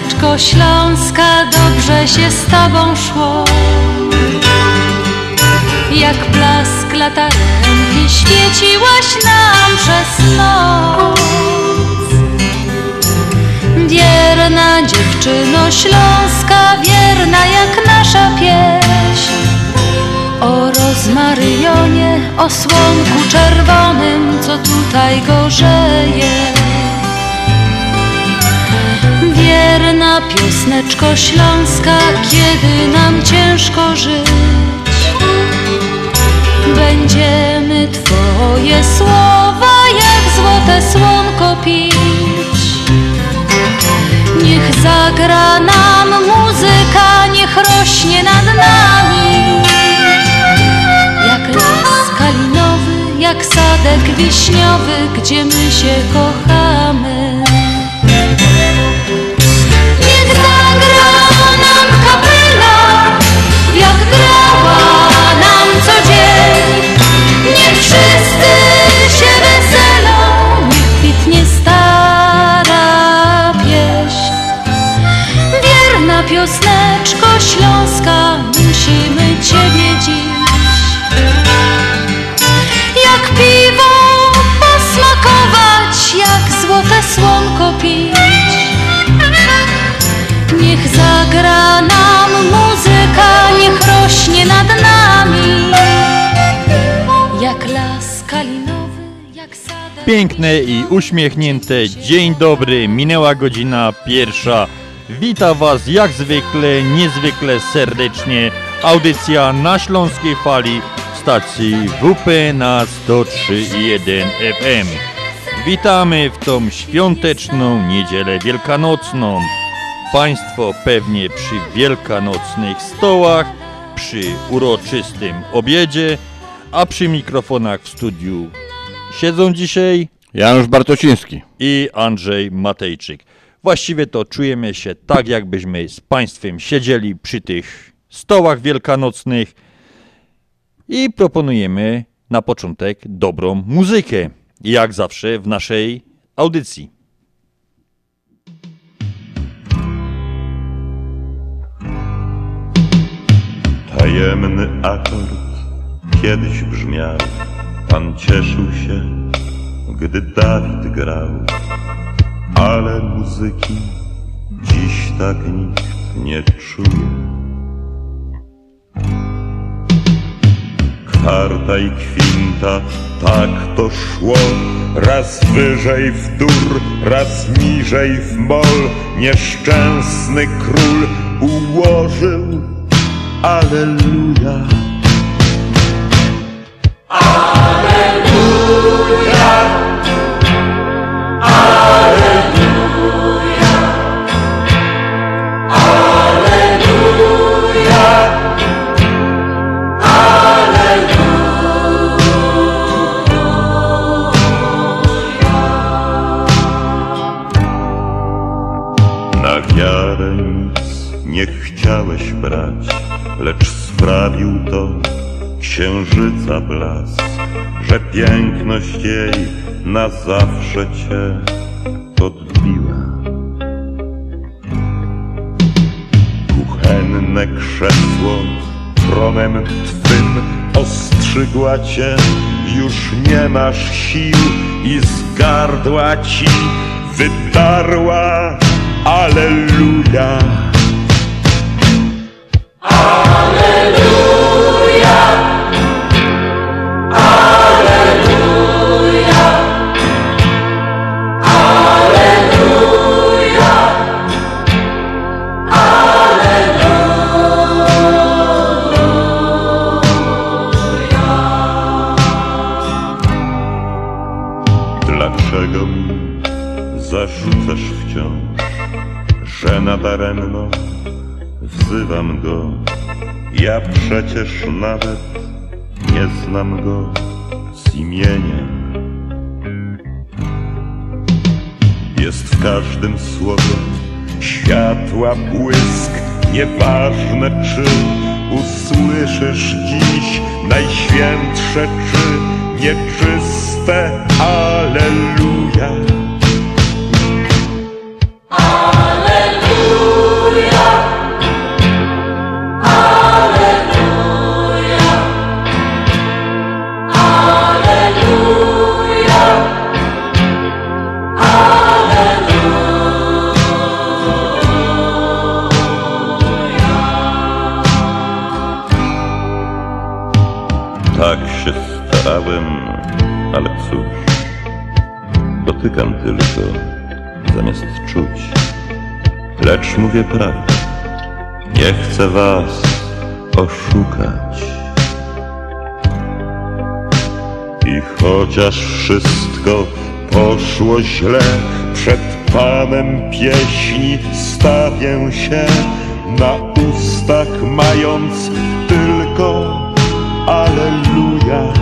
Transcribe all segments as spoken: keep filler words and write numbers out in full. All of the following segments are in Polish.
Piosneczko śląska, dobrze się z tobą szło. Jak blask latarenki świeciłaś nam przez noc. Wierna dziewczyno śląska, wierna jak nasza pieśń. O rozmaryjonie, o słonku czerwonym, co tutaj gorzeje. Wierna piosneczko śląska, kiedy nam ciężko żyć, będziemy twoje słowa jak złote słonko pić. Niech zagra nam muzyka, niech rośnie nad nami jak las kalinowy, jak sadek wiśniowy, gdzie my się kochamy. Niech zagra nam kapela, jak grała nam co dzień. Niech wszyscy się weselą, niech kwitnie stara pieśń. Wierna piosneczko śląska, musimy ciebie dziś jak piwo posmakować, jak złote słonko pić. Niech zagra nam muzyka, niech rośnie nad nami jak las kalinowy, jak sadek. Piękne i uśmiechnięte dzień dobry, minęła godzina pierwsza. Wita was jak zwykle, niezwykle serdecznie audycja na Śląskiej Fali stacji W P na sto trzy i jeden F M. Witamy w tą świąteczną niedzielę wielkanocną. Państwo pewnie przy wielkanocnych stołach, przy uroczystym obiedzie, a przy mikrofonach w studiu siedzą dzisiaj Janusz Bartosiński i Andrzej Matejczyk. Właściwie to czujemy się tak, jakbyśmy z Państwem siedzieli przy tych stołach wielkanocnych i proponujemy na początek dobrą muzykę, jak zawsze w naszej audycji. Tajemny akord kiedyś brzmiał, Pan cieszył się, gdy Dawid grał, ale muzyki dziś tak nikt nie czuje. Kwarta i kwinta, tak to szło, raz wyżej w dur, raz niżej w mol. Nieszczęsny król ułożył Alleluja. Alleluja. Alleluja. Alleluja. Alleluja. Na wiarę nic nie chciałeś brać, lecz sprawił to księżyca blask, że piękność jej na zawsze cię odbiła. Kuchenne krzesło tronem twym ostrzygła cię, już nie masz sił i z gardła ci wydarła Alleluja. Alleluja. Alleluja. Alleluja. Alleluja. Dlaczego mi zarzucasz wciąż, że nadaremno wzywam go? Ja przecież nawet nie znam go z imienia. Jest w każdym słowie światła błysk, nieważne czy usłyszysz dziś najświętsze czy nieczyste Alleluja. Alleluja. dotykam tylko, zamiast czuć. Lecz mówię prawdę, nie chcę was oszukać. I chociaż wszystko poszło źle, przed Panem pieśni stawię się, na ustach mając tylko Alleluja.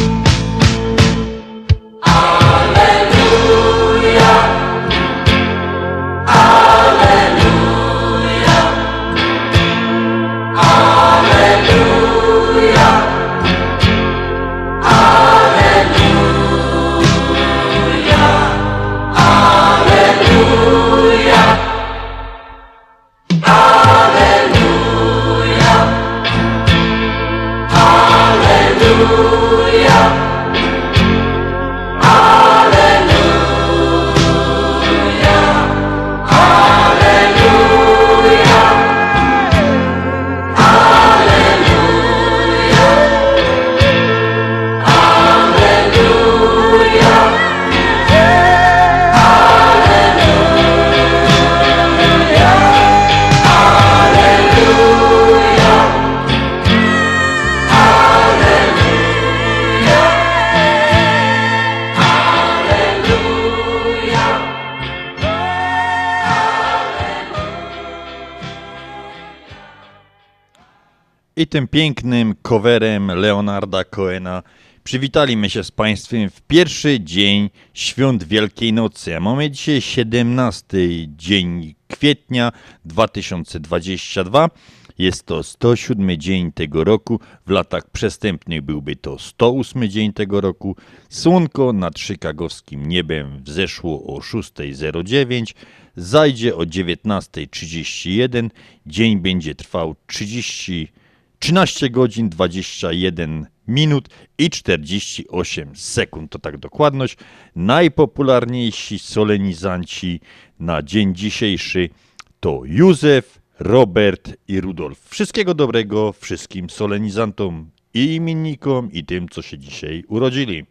I tym pięknym coverem Leonarda Cohena przywitaliśmy się z Państwem w pierwszy dzień Świąt Wielkiej Nocy. A mamy dzisiaj siedemnasty dzień kwietnia dwa tysiące dwudziestego drugiego. Jest to sto siódmy dzień tego roku. W latach przestępnych byłby to sto ósmy dzień tego roku. Słonko nad chicagowskim niebem wzeszło o szósta zero dziewięć. Zajdzie o dziewiętnasta trzydzieści jeden. Dzień będzie trwał trzydzieści trzynaście godzin, dwadzieścia jeden minut i czterdzieści osiem sekund. To tak dokładność. Najpopularniejsi solenizanci na dzień dzisiejszy to Józef, Robert i Rudolf. Wszystkiego dobrego wszystkim solenizantom i imiennikom i tym, co się dzisiaj urodzili.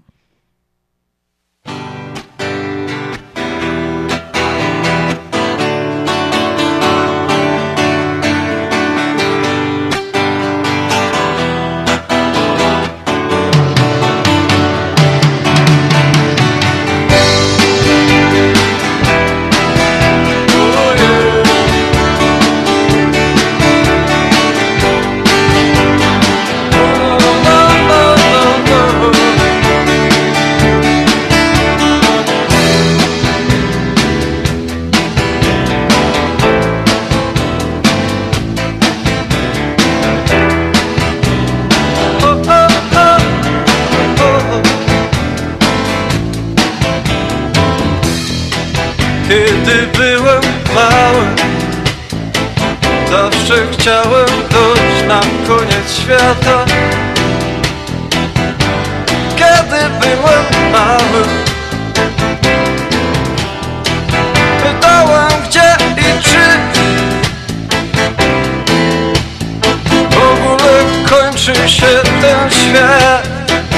Kiedy byłem mały, zawsze chciałem dojść na koniec świata. Kiedy byłem mały, pytałem gdzie i czy w ogóle kończy się ten świat.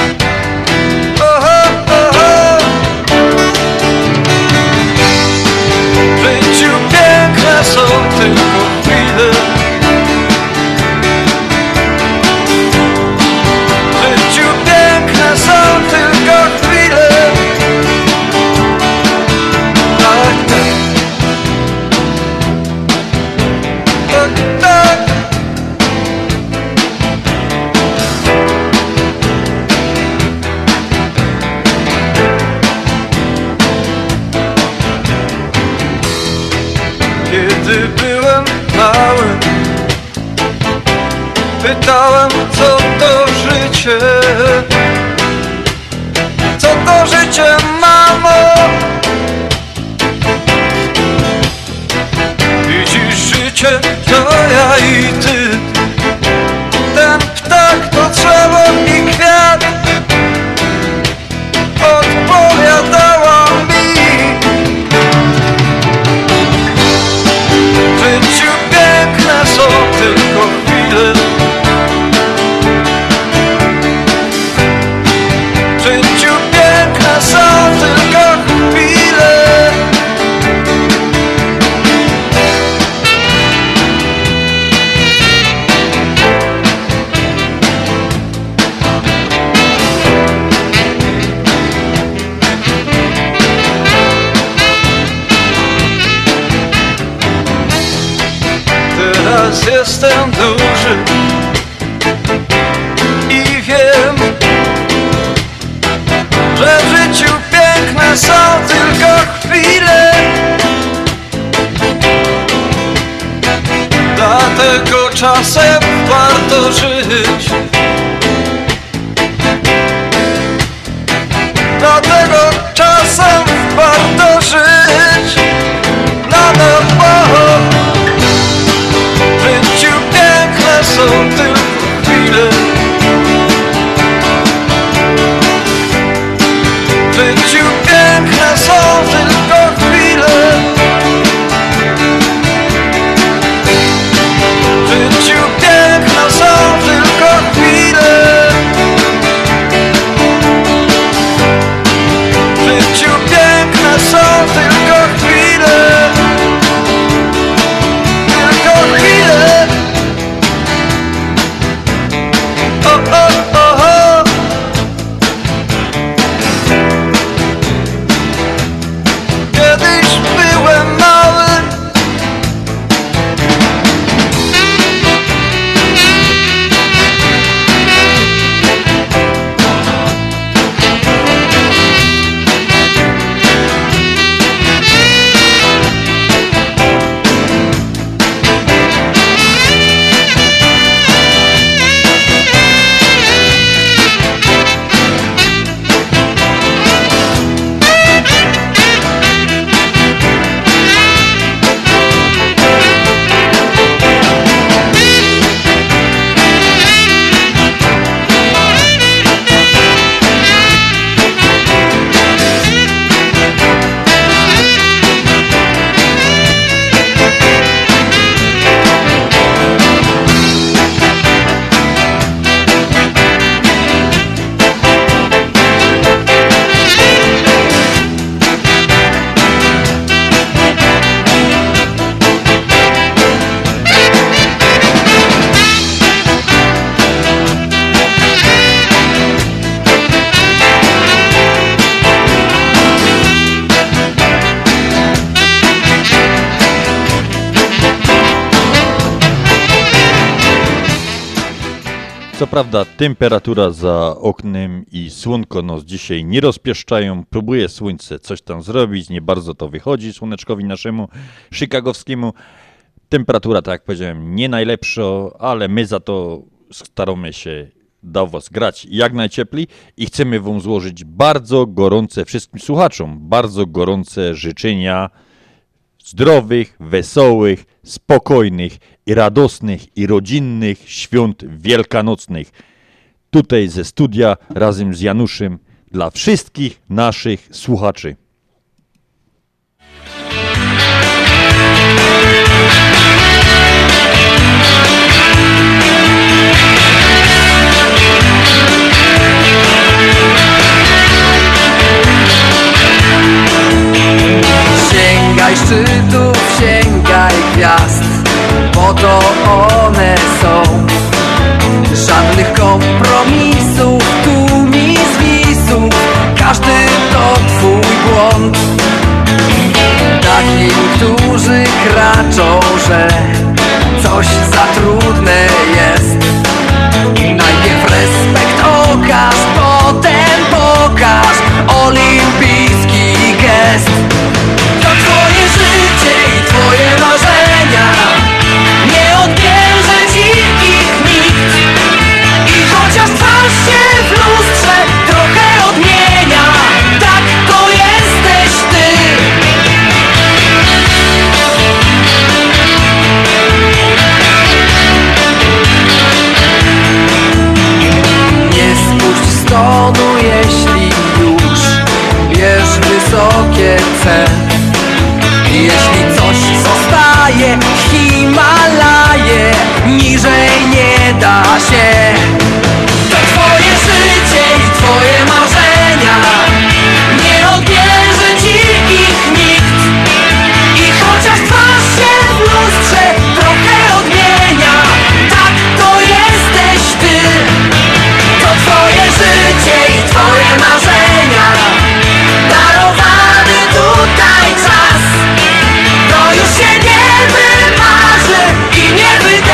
Są tylko chwile, w życiu piękne są tylko chwile. Tak, tak, tak, tak. Kiedy byłem mały, pytałem co to życie, co to życie, mamo? Widzisz, życie to ja i ty, ten ptak to drzewo i kwiat. Odpowiadała mi, w życiu piękne są tylko chwile, w życiu piękne są tylko chwile. teraz jestem duży i wiem, że w życiu piękne są tylko chwile. Dlatego czasem warto żyć. Dlatego czasem warto żyć. Na nowo. W życiu piękne są tylko chwile. W życiu piękne są tylko chwile. W życiu piękne są tylko chwile. W życiu piękne są tylko chwile. Tylko chwile. O, o, o, o. Kiedyś byłem mały. Co prawda temperatura za oknem i słonko nos dzisiaj nie rozpieszczają. Próbuje słońce coś tam zrobić, nie bardzo to wychodzi słoneczkowi naszemu chicagowskiemu. Temperatura, tak jak powiedziałem, nie najlepsza, ale my za to staramy się dla was grać jak najcieplej i chcemy wam złożyć bardzo gorące wszystkim słuchaczom, bardzo gorące życzenia zdrowych, wesołych, spokojnych i radosnych i rodzinnych świąt wielkanocnych. Tutaj ze studia razem z Januszem dla wszystkich naszych słuchaczy. Sięgaj szczytów, sięgaj gwiazd, bo to one są. Żadnych kompromisów, tu mi zwisów, każdy to twój błąd. Takim, którzy kraczą, że coś za trudne jest. Najpierw respekt okaż, potem pokaż olimpijski gest. To twoje życie i twoje marzenia, nie odbierze ci ich nikt. I chociaż twarz się w lustrze trochę odmienia, tak to jesteś ty. Nie spuść z tonu, jeśli już bierz wysokie C. Jeśli coś zostaje, Himalaje, niżej nie da się. To twoje życie i twoje marzenia, nie odbierze ci ich nikt. I chociaż twarz się w lustrze trochę odmienia, tak to jesteś ty. To twoje życie i twoje marzenia, darowany tutaj czas. To już się nie wymarzy i nie wyda.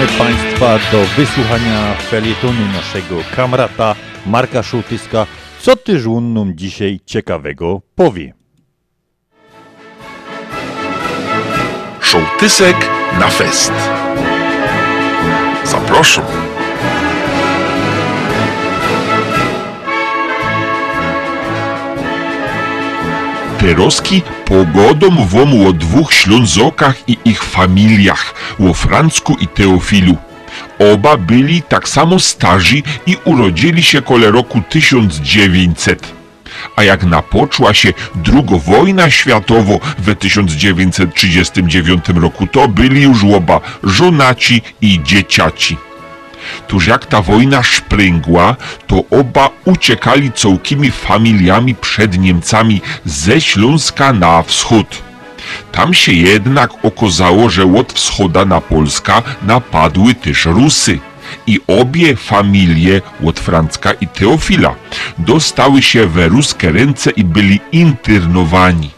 Państwa do wysłuchania felietonu naszego kamrata Marka Szołtyska, co tyż on nam dzisiaj ciekawego powie. Szołtysek na fest. Zapraszam. Teroski pogodą womu o dwóch Ślązokach i ich familiach, o Francku i Teofilu. Oba byli tak samo starzy i urodzili się kole roku tysiąc dziewięćset. A jak napoczła się druga wojna światowa w tysiąc dziewięćset trzydziestym dziewiątym roku, to byli już oba żonaci i dzieciaci. Tuż jak ta wojna szpręgła, to oba uciekali całkimi familiami przed Niemcami ze Śląska na wschód. Tam się jednak okazało, że od wschoda na Polska napadły też Rusy. I obie familie, od Francka i Teofila, dostały się we ruskie ręce i byli internowani.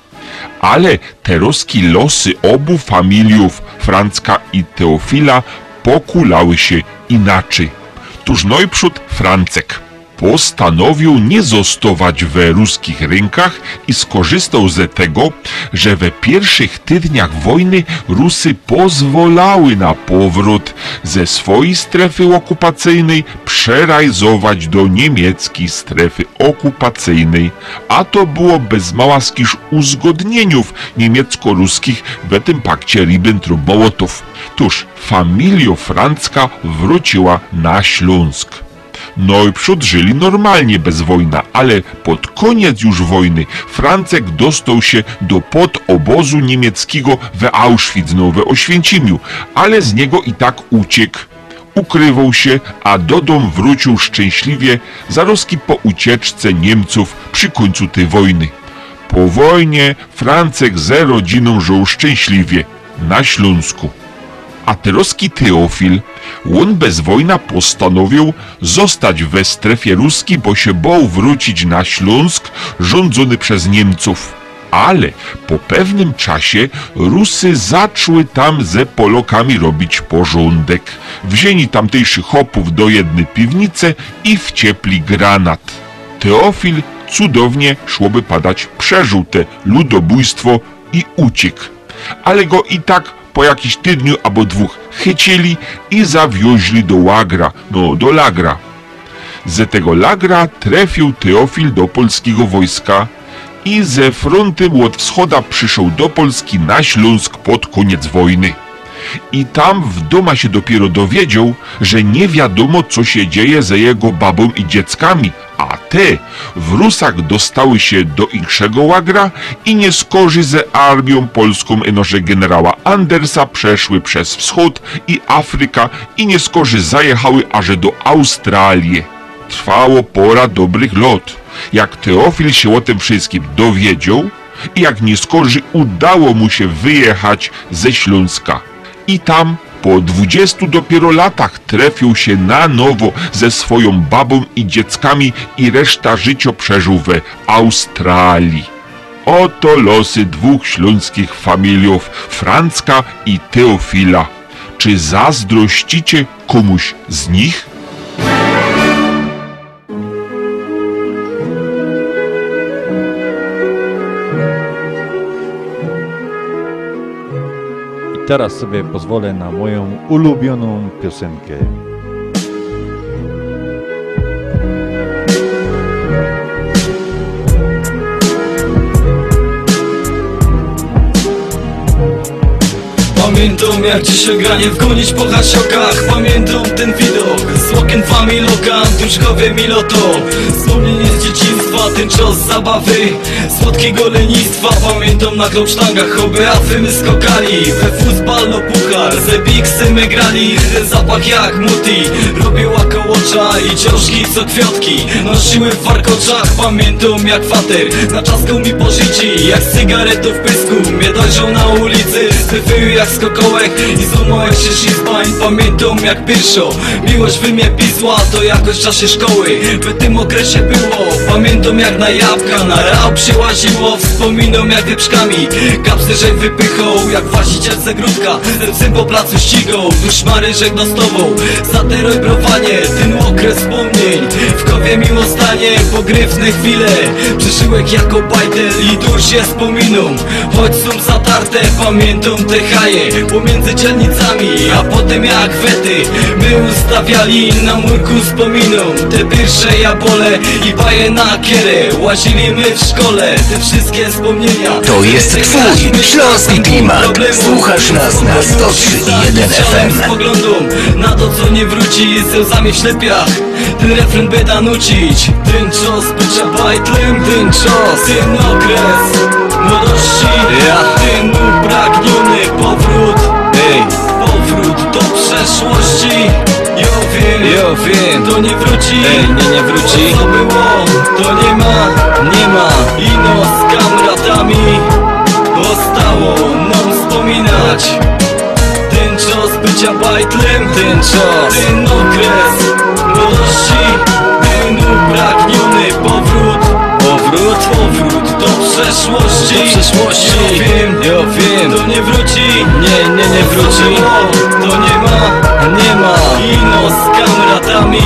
Ale teroski losy obu familiów, Francka i Teofila, pokulały się inaczej. Tuż najprzód Francek postanowił nie zostawać we ruskich rękach i skorzystał z tego, że we pierwszych tygodniach wojny Rusy pozwolały na powrót ze swojej strefy okupacyjnej przerajzować do niemieckiej strefy okupacyjnej, a to było bez małaskich uzgodnieniów niemiecko-ruskich w tym pakcie Ribbentrop-Mołotow. Tuż familia Francka wróciła na Śląsk. No i przód żyli normalnie bez wojny, ale pod koniec już wojny Francek dostał się do podobozu niemieckiego w Auschwitz, no w Oświęcimiu, ale z niego i tak uciekł. Ukrywał się, a do domu wrócił szczęśliwie zaroski po ucieczce Niemców przy końcu tej wojny. Po wojnie Francek z rodziną żył szczęśliwie na Śląsku. A teroski Teofil, on bez wojna postanowił zostać we strefie ruskiej, bo się bał wrócić na Śląsk rządzony przez Niemców. Ale po pewnym czasie Rusy zaczęły tam ze Polakami robić porządek. Wzięli tamtejszych chłopów do jednej piwnicy i wciepli granat. Teofil cudownie, szłoby padać, przeżył te ludobójstwo i uciekł. Ale go i tak po jakiś tydniu albo dwóch chycili i zawioźli do łagra, no do lagra. Z tego lagra trafił Teofil do polskiego wojska i ze frontem od wschoda przyszedł do Polski na Śląsk pod koniec wojny. I tam w doma się dopiero dowiedział, że nie wiadomo co się dzieje ze jego babą i dzieckami, a te w Rusach dostały się do inszego łagra i nie skorzy ze armią polską enoże generała Andersa przeszły przez wschód i Afryka i nie skorzy zajechały aż do Australii. Trwało pora dobrych lot. Jak Teofil się o tym wszystkim dowiedział i jak nie skorzy udało mu się wyjechać ze Śląska. I tam po dwudziestu dopiero latach trafił się na nowo ze swoją babą i dzieckami i reszta życia przeżył we Australii. Oto losy dwóch śląskich familiów, Francka i Teofila. Czy zazdrościcie komuś z nich? Teraz sobie pozwolę na moją ulubioną piosenkę. Pamiętam jak dzisiaj granie wgonić po hasiokach. Pamiętam ten widok z okien familoka, duszkowie miloto. Wspomnienie z dzieciństwa, ten czas zabawy, słodkiego lenistwa. Pamiętam na klopsztangach oby afy my skokali, we futbal no puchar, ze biksy my grali. Ten zapach jak muti, robił koło łocza i ciążki co kwiatki nosiły w warkoczach. Pamiętam jak fater naciskał mi po życi, jak z cygaretów w pysku mnie dojrzał na ulicy. Wywył jak skokołek i złamałem się szizbań. Pamiętam jak pierwszo miłość wy mnie pisła, to jakoś w czasie szkoły w tym okresie było. Pamiętam jak na jabłka na rał przyłaziło. Wspominam jak wyprzkami kapsy żeg wypychał, jak właściciel z ogródka syn po placu ścigał. Duszmary żeg dostową za terrorowanie. Ten okres wspomnień w kowie miłostanie, pogrywne chwile przeżyłek jako bajtel i dur się wspominam. Choć są zatarte, pamiętam te haje pomiędzy dzielnicami, a potem jak wety my ustawiali na murku wspominam. Te pierwsze jabole i baje na kierę łazili my w szkole. Te wszystkie wspomnienia to jest twój śląski klimat. Słuchasz nas na sto trzy i jeden F M. Spoglądam na to co nie wróci, z łzami w ślepiach ten refren by da nucić. Ten czas bycia bajtlem, ten czas, ten okres młodości, ja. Ten upragniony powrót, ej, powrót do przeszłości. Ja wiem, ja wiem, to nie wróci, ej, nie, nie wróci. To co było, to nie ma, nie ma. Ino z kamratami zostało nam wspominać. Ten czas bycia bajtlem, ten czas, ten okres młodości, ten upragniony powrót, powrót, powrót do przeszłości, do przeszłości. Ja wiem, ja wiem, to nie wróci, nie, nie, nie wróci. To nie ma, nie ma. Ino z kamratami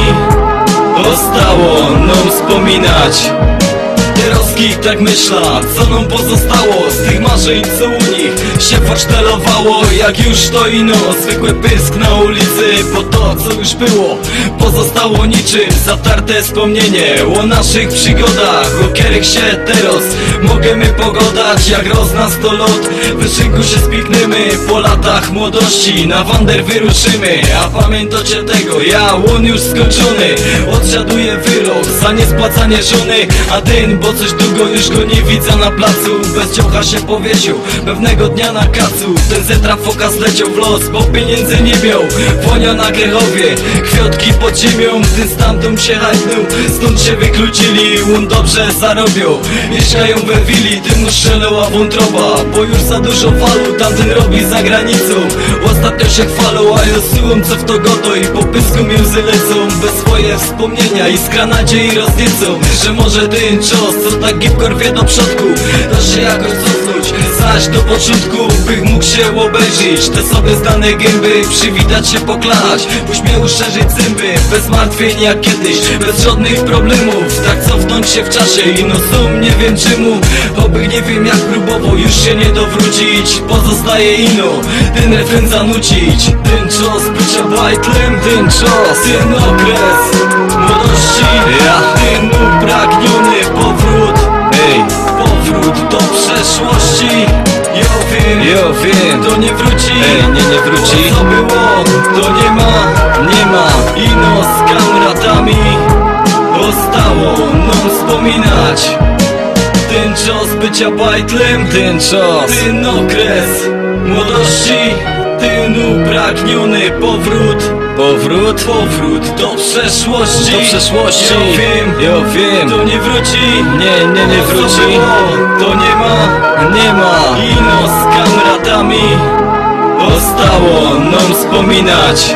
zostało nam wspominać. Kierowski tak myśla, co nam pozostało z tych marzeń, co u nich się pocztelowało. Jak już to ino, zwykły pysk na ulicy, bo to co już było pozostało niczym zatarte wspomnienie o naszych przygodach, o których się teraz możemy pogodać. Jak roz nas to lot, w szynku się spikniemy, po latach młodości na wander wyruszymy. A pamiętacie tego, ja łon już skończony, odsiaduję wyrok za niespłacanie żony, a ten, bo coś długo już go nie widzę na placu, bez ciocha się powiesił pewnego dnia na kacu. Ten zetra fokas leciał w los, bo pieniędzy nie miał. Wonia na Grechowie, kwiatki pod ziemią. Ten stamtąd się hajtnął, stąd się wykluczyli. On dobrze zarobią, mieszkają we willi. Tym mu strzelała wątroba, bo już za dużo falu tamten robi za granicą. Ostatnio się chwalą, a ja słucham co w to goto i po pysku mi łzy lecą. Bez swoje wspomnienia iskra nadziei rozniecą, że może ten czas co tak gipko rwie do przodku da się jakoś cofnąć, zaś do początku bych mógł się obejrzeć. Te sobie zdane gęby, przywitać się, poklać, w uśmiechu szerzyć zęby, bez martwień jak kiedyś, bez żadnych problemów. Tak cofnąć się w czasie i no sum nie wiem czemu, oby nie wiem jak próbował już się nie dowrócić. Pozostaje ino, ten refren zanucić. Ten czas bycia bajtlem, ten czas, ten okres młodości, ja. Ten upragniony powrót, ej, powrót do przeszłości. Ja wiem, ja wiem, to nie wróci, ej, nie, nie wróci. To co było, to nie ma, nie ma. Ino z kamratami zostało nam wspominać. Ten czas bycia bajtlem, ten czas, ten okres młodości, ten upragniony powrót, powrót, powrót do przeszłości, do przeszłości. Ja wiem, ja wiem, to nie wróci, nie, nie, nie wróci. To nie ma, nie ma. Ino z kamratami zostało nam wspominać.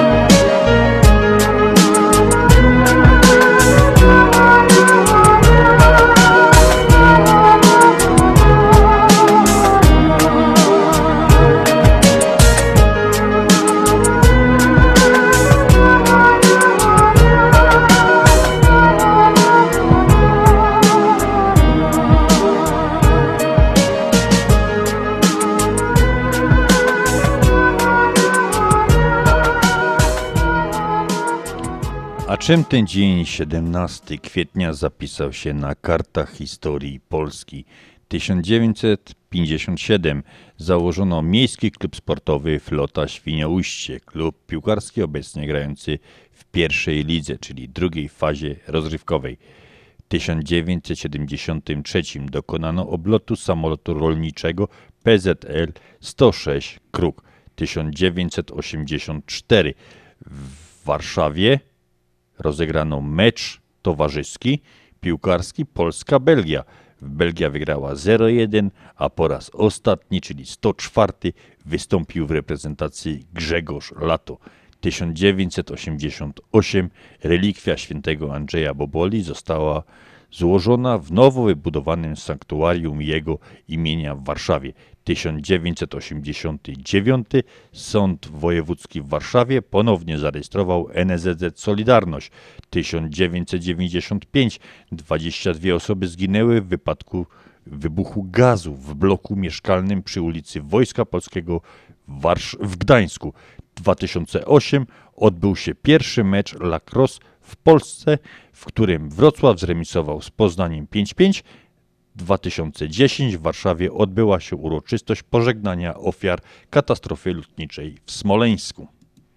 A czym ten dzień siedemnastego kwietnia zapisał się na kartach historii Polski? tysiąc dziewięćset pięćdziesiąty siódmy założono Miejski Klub Sportowy Flota Świnoujście, klub piłkarski obecnie grający w pierwszej lidze, czyli drugiej fazie rozrywkowej. W tysiąc dziewięćset siedemdziesiątym trzecim dokonano oblotu samolotu rolniczego P Z L sto sześć Kruk. tysiąc dziewięćset osiemdziesiąty czwarty w Warszawie rozegrano mecz towarzyski piłkarski Polska-Belgia. Belgia wygrała zero jeden, a po raz ostatni, czyli sto czwarty, wystąpił w reprezentacji Grzegorz Lato. tysiąc dziewięćset osiemdziesiąty ósmy relikwia świętego Andrzeja Boboli została złożona w nowo wybudowanym sanktuarium jego imienia w Warszawie. tysiąc dziewięćset osiemdziesiąty dziewiąty Sąd Wojewódzki w Warszawie ponownie zarejestrował N S Z Z Solidarność. tysiąc dziewięćset dziewięćdziesiąty piąty dwadzieścia dwie osoby zginęły w wypadku wybuchu gazu w bloku mieszkalnym przy ulicy Wojska Polskiego w, Warsz- w Gdańsku. dwa tysiące ósmy odbył się pierwszy mecz lacrosse w Polsce, w którym Wrocław zremisował z Poznaniem pięć pięć. dwa tysiące dziesiąty w Warszawie odbyła się uroczystość pożegnania ofiar katastrofy lotniczej w Smoleńsku.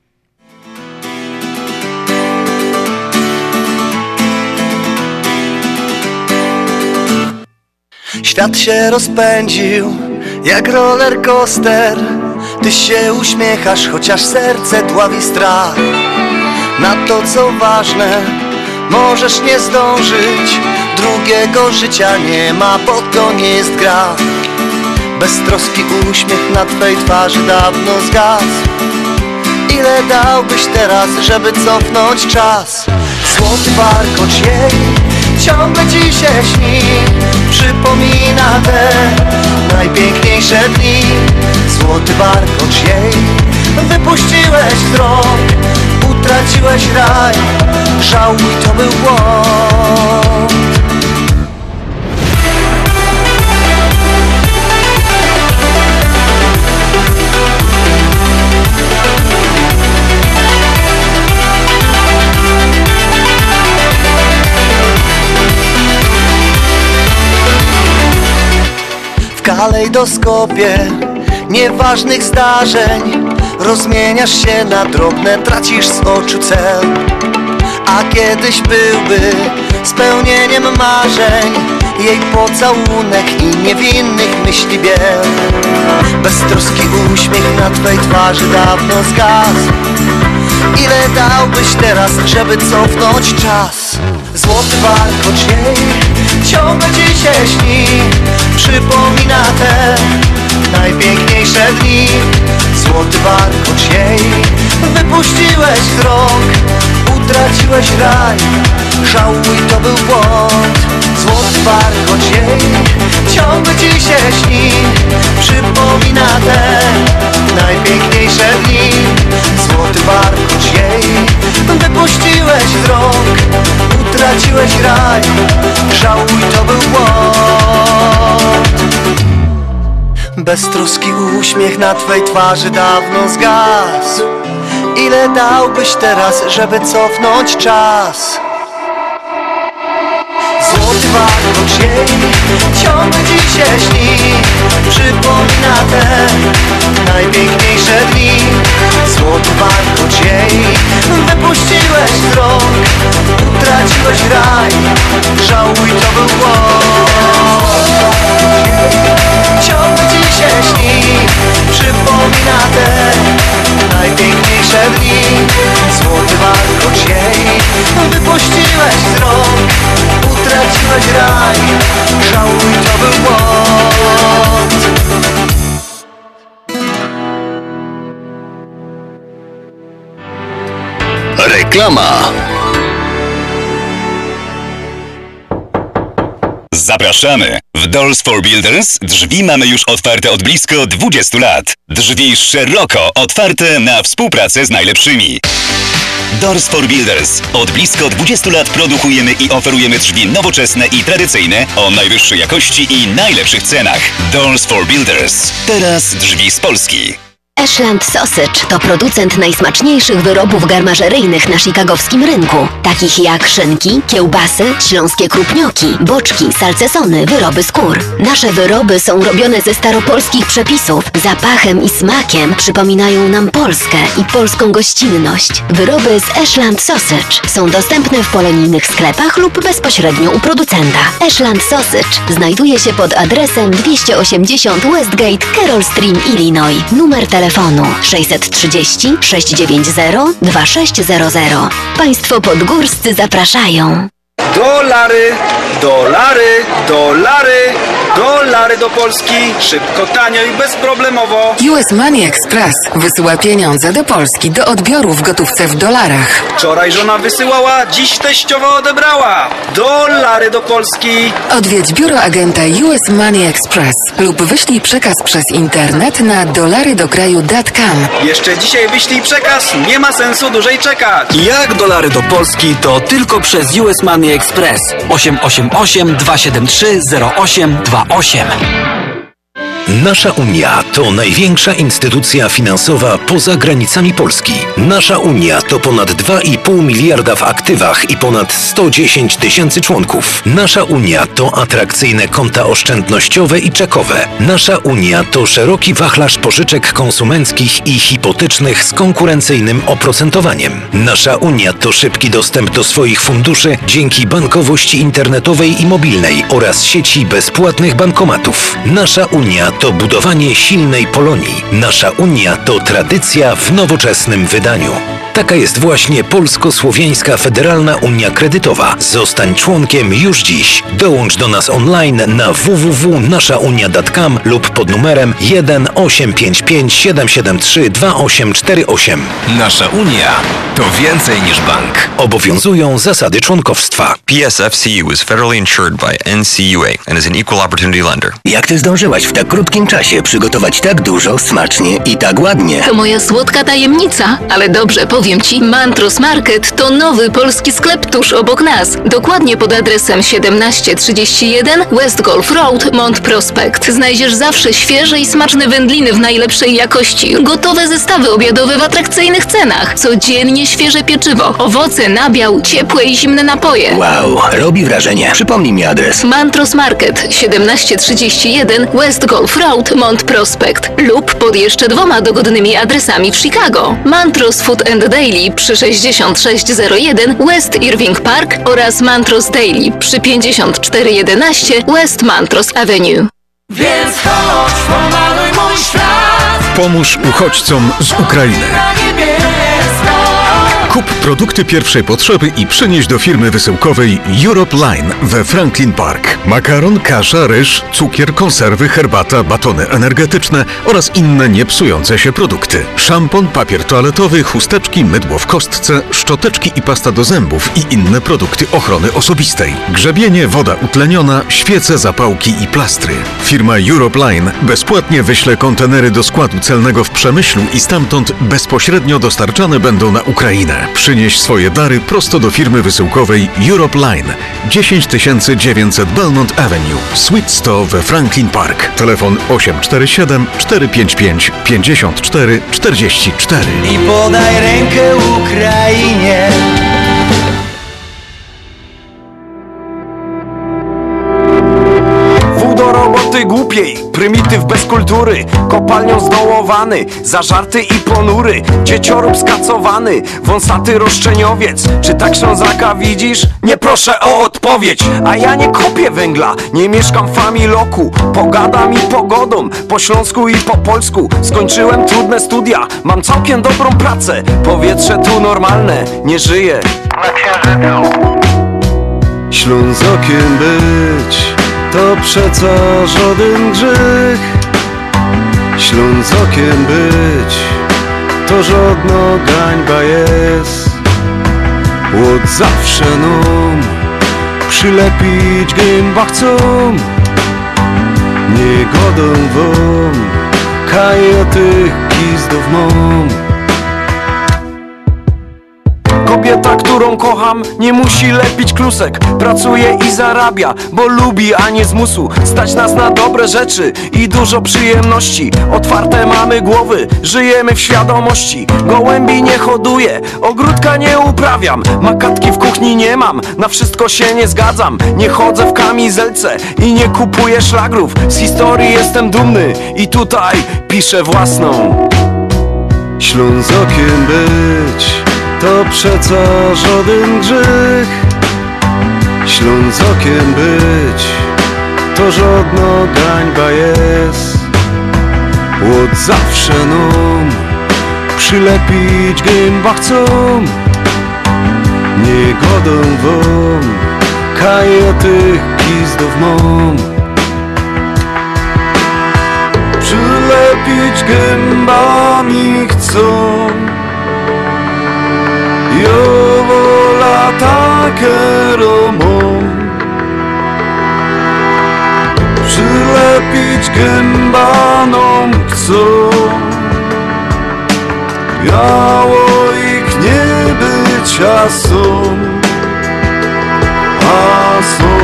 Świat się rozpędził jak roller coaster. Ty się uśmiechasz, chociaż serce dławi strach. Na to co ważne możesz nie zdążyć. Drugiego życia nie ma, bo to nie jest gra. Beztroski uśmiech na twej twarzy dawno zgasł. Ile dałbyś teraz, żeby cofnąć czas? Złoty warkocz jej ciągle ci się śni. Przypomina te najpiękniejsze dni. Złoty warkocz jej wypuściłeś wzrok. Utraciłeś raj, żałuj, to był błąd. W kalejdoskopie nieważnych zdarzeń rozmieniasz się na drobne, tracisz z oczu cel. A kiedyś byłby spełnieniem marzeń jej pocałunek i niewinnych myśli biel. Beztroski uśmiech na twej twarzy dawno zgasł. Ile dałbyś teraz, żeby cofnąć czas? Złoty warkocz jej ciągle ci się śni. Przypomina te najpiękniejsze dni. Złoty warkocz jej wypuściłeś wzrok. Utraciłeś raj, żałuj, to był błąd. Złoty warkocz jej ciągle ci się śni. Przypomina te najpiękniejsze dni. Złoty warkocz jej wypuściłeś wzrok. Utraciłeś raj, żałuj, to był błąd. Beztroski uśmiech na twej twarzy dawno zgasł. Ile dałbyś teraz, żeby cofnąć czas? Złoty warkocz jej ciągle ci się śni. Przypomina te najpiękniejsze dni. Złoty warkocz jej wypuściłeś wzrok. Utraciłeś raj, żałuj, to był błąd. Ciągle ci się śni. Przypomina te najpiękniejsze dni. Złoty warkocz jej wypuściłeś wzrok. Utraciłeś raj, żałuj, to był błąd. Reklama. Zapraszamy! W Doors for Builders drzwi mamy już otwarte od blisko dwudziestu lat. Drzwi szeroko otwarte na współpracę z najlepszymi. Doors for Builders. Od blisko dwudziestu lat produkujemy i oferujemy drzwi nowoczesne i tradycyjne o najwyższej jakości i najlepszych cenach. Doors for Builders. Teraz drzwi z Polski. Ashland Sausage to producent najsmaczniejszych wyrobów garmażeryjnych na chicagowskim rynku, takich jak szynki, kiełbasy, śląskie krupnioki, boczki, salcesony, wyroby skór. Nasze wyroby są robione ze staropolskich przepisów. Zapachem i smakiem przypominają nam Polskę i polską gościnność. Wyroby z Ashland Sausage są dostępne w polonijnych sklepach lub bezpośrednio u producenta. Ashland Sausage znajduje się pod adresem dwieście osiemdziesiąt Westgate, Carroll Stream, Illinois. Numer telefonu telefonu sześćset trzydzieści sześćset dziewięćdziesiąt dwa sześć zero zero. Państwo podgórscy zapraszają. Dolary, dolary, dolary, dolary do Polski. Szybko, tanio i bezproblemowo. U S Money Express wysyła pieniądze do Polski do odbioru w gotówce w dolarach. Wczoraj żona wysyłała, dziś teściowa odebrała. Dolary do Polski. Odwiedź biuro agenta U S Money Express lub wyślij przekaz przez internet na dolarydokraju kropka com. Jeszcze dzisiaj wyślij przekaz, nie ma sensu dłużej czekać. Jak dolary do Polski, to tylko przez U S Money Express. osiem osiem osiem dwa siedem trzy zero osiem dwa osiem. Nasza Unia to największa instytucja finansowa poza granicami Polski. Nasza Unia to ponad dwa i pół miliarda w aktywach i ponad sto dziesięć tysięcy członków. Nasza Unia to atrakcyjne konta oszczędnościowe i czekowe. Nasza Unia to szeroki wachlarz pożyczek konsumenckich i hipotecznych z konkurencyjnym oprocentowaniem. Nasza Unia to szybki dostęp do swoich funduszy dzięki bankowości internetowej i mobilnej oraz sieci bezpłatnych bankomatów. Nasza Unia to budowanie silnej Polonii. Nasza Unia to tradycja w nowoczesnym wydaniu. Taka jest właśnie Polsko-Słowiańska Federalna Unia Kredytowa. Zostań członkiem już dziś. Dołącz do nas online na w w w kropka nasza unia kropka com lub pod numerem jeden osiem pięć pięć siedem siedem trzy dwa osiem cztery osiem. Nasza Unia to więcej niż bank. Obowiązują zasady członkowstwa. P S F C U is federally insured by N C U A and is an equal opportunity lender. Jak ty zdążyłaś w tak krótkim czasie przygotować tak dużo, smacznie i tak ładnie? To moja słodka tajemnica, ale dobrze powiem ci, Mantros Market to nowy polski sklep tuż obok nas. Dokładnie pod adresem siedemnaście trzydzieści jeden West Golf Road, Mont Prospect. Znajdziesz zawsze świeże i smaczne wędliny w najlepszej jakości, gotowe zestawy obiadowe w atrakcyjnych cenach, codziennie świeże pieczywo, owoce, nabiał, ciepłe i zimne napoje. Wow, robi wrażenie. Przypomnij mi adres. Mantros Market, siedemnaście trzydzieści jeden West Golf Road, Mont Prospect lub pod jeszcze dwoma dogodnymi adresami w Chicago. Mantros Food and Daily przy sześćdziesiąt sześć zero jeden West Irving Park oraz Mantros Daily przy pięćdziesiąt cztery jedenaście West Mantros Avenue. Więc chodź, pomaluj mój świat. Pomóż uchodźcom z Ukrainy. Kup produkty pierwszej potrzeby i przynieś do firmy wysyłkowej Europe Line we Franklin Park. Makaron, kasza, ryż, cukier, konserwy, herbata, batony energetyczne oraz inne niepsujące się produkty. Szampon, papier toaletowy, chusteczki, mydło w kostce, szczoteczki i pasta do zębów i inne produkty ochrony osobistej. Grzebienie, woda utleniona, świece, zapałki i plastry. Firma Europe Line bezpłatnie wyśle kontenery do składu celnego w Przemyślu i stamtąd bezpośrednio dostarczane będą na Ukrainę. Przynieś swoje dary prosto do firmy wysyłkowej Europe Line, dziesięć tysięcy dziewięćset Belmont Avenue, Suite sto we Franklin Park. Telefon osiem cztery siedem cztery pięć pięć pięć cztery cztery cztery. I podaj rękę Ukrainie. Do roboty głupiej, prymityw bez kultury, kopalnią zdołowany, zażarty i ponury, dzieciorób skacowany, wąsaty roszczeniowiec. Czy tak Ślązaka widzisz? Nie proszę o odpowiedź. A ja nie kopię węgla, nie mieszkam w familoku, pogadam i pogodą, po śląsku i po polsku. Skończyłem trudne studia, mam całkiem dobrą pracę, powietrze tu normalne, nie żyję na księżycu. Ślązokiem być to przeco żaden grzech. Ślązokiem być to żadna gańba jest. Łód zawsze nam przylepić gęba chcą. Nie godą wam kajetych gizdów mam. Kobieta, którą kocham, nie musi lepić klusek. Pracuje i zarabia, bo lubi, a nie z musu. Stać nas na dobre rzeczy i dużo przyjemności. Otwarte mamy głowy, żyjemy w świadomości. Gołębi nie hoduję, ogródka nie uprawiam, makatki w kuchni nie mam, na wszystko się nie zgadzam. Nie chodzę w kamizelce i nie kupuję szlagrów. Z historii jestem dumny i tutaj piszę własną. Ślązokiem być to przeco żaden grzech. Ślązokiem być to żadna gańba jest. od zawsze nam przylepić gęba chcą. Nie godą wam, kaje tych gizdów mam. Przylepić gębami chcą. Jo wola takie romom. Przylepić gębanom chcą. Biało ich nie bycia są, a są.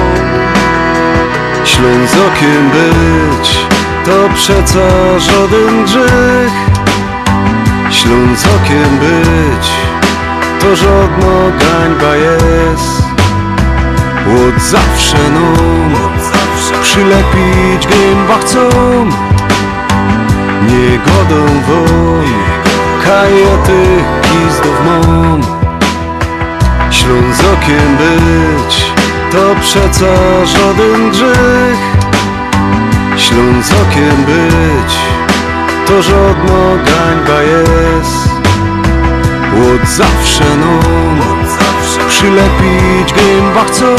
Ślązokiem być to przeca żaden grzech. Ślązokiem być to żadna gańba jest. Od zawsze nam przylepić gęba chcą. Nie godą wam, kaje tych gizdów mam. Ślązokiem być to przeca żaden grzech. Ślązokiem być to żadna gańba jest. Od zawsze nam przylepić gęba chcą.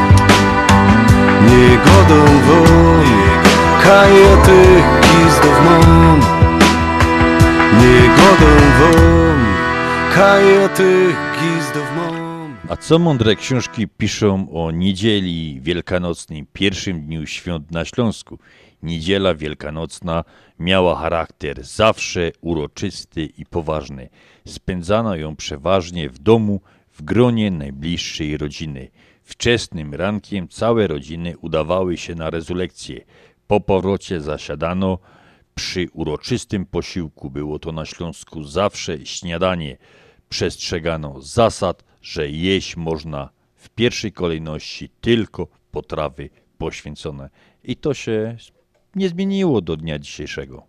Nie godą wam, kaje tych gizdów mam. Nie godą wam, kaje tych gizdów mam. A co mądre książki piszą o niedzieli wielkanocnej, pierwszym dniu świąt na Śląsku? Niedziela wielkanocna miała charakter zawsze uroczysty i poważny. Spędzano ją przeważnie w domu, w gronie najbliższej rodziny. Wczesnym rankiem całe rodziny udawały się na rezolekcję. Po powrocie zasiadano przy uroczystym posiłku. Było to na Śląsku zawsze śniadanie. Przestrzegano zasad, że jeść można w pierwszej kolejności tylko potrawy poświęcone. I to się nie zmieniło do dnia dzisiejszego.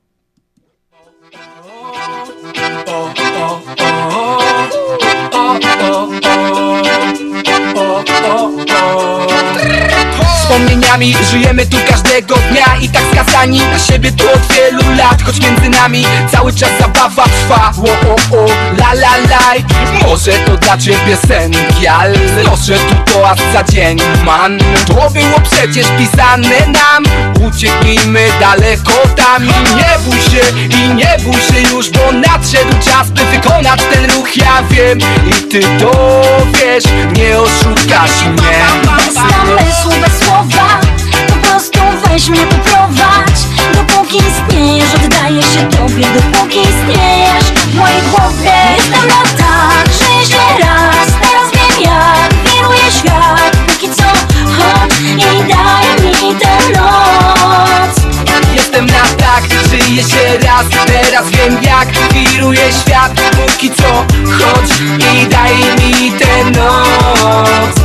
Wspomnieniami żyjemy tu każdego dnia i tak skazani na siebie tu od wielu lat. Choć między nami cały czas zabawa trwa. O, o, o, la la laj. Może to dla ciebie senkial, może tu toast za dzień, man. To było przecież pisane nam. Ucieknijmy daleko tam i nie bój się, i nie bój się już, bo nadszedł czas, by wykonać ten ruch. Ja wiem i ty to wiesz, nie oszukasz mnie. Bez namysłu, bez słowa, po prostu weź mnie poprowadź. Dopóki istniejesz, oddaję się tobie. Dopóki istniejesz w mojej głowie. Jestem na tak, że źle raz. Teraz wiem jak wiruje świat. Póki co chodź i daj mi tę noc. Jestem na tak, żyję się raz. Teraz wiem jak wiruje świat. Póki co chodź i daj mi tę noc.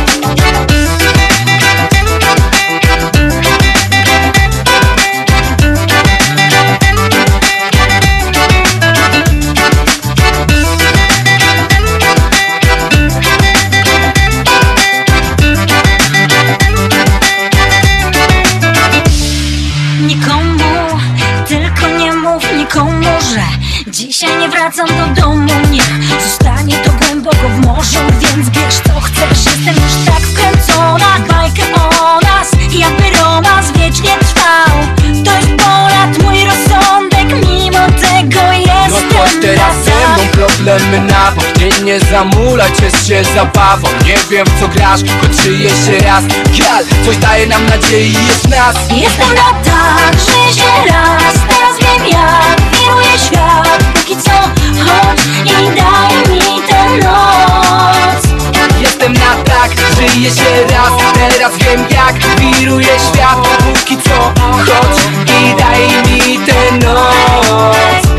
Dzisiaj nie wracam do domu, niech zostanie to głęboko w morzu. Więc bierz co chcesz, jestem już tak wkręcona. Bajkę o nas, jakby romans wiecznie trwał. To jest ponad mój rozsądek, mimo tego jestem. No chodź teraz ze mną, problemy na bok. Nie, nie zamulaj, ciesz się zabawą. Nie wiem w co grasz, choć żyje się raz. Gal, coś daje nam nadziei, jest nas. Jestem na tak, że się raz. Teraz wiem jak wiruje świat. Póki co chodź i daj mi tę noc. Jestem na tak, żyje się raz. Teraz wiem jak wiruje świat. Póki co chodź i daj mi tę noc.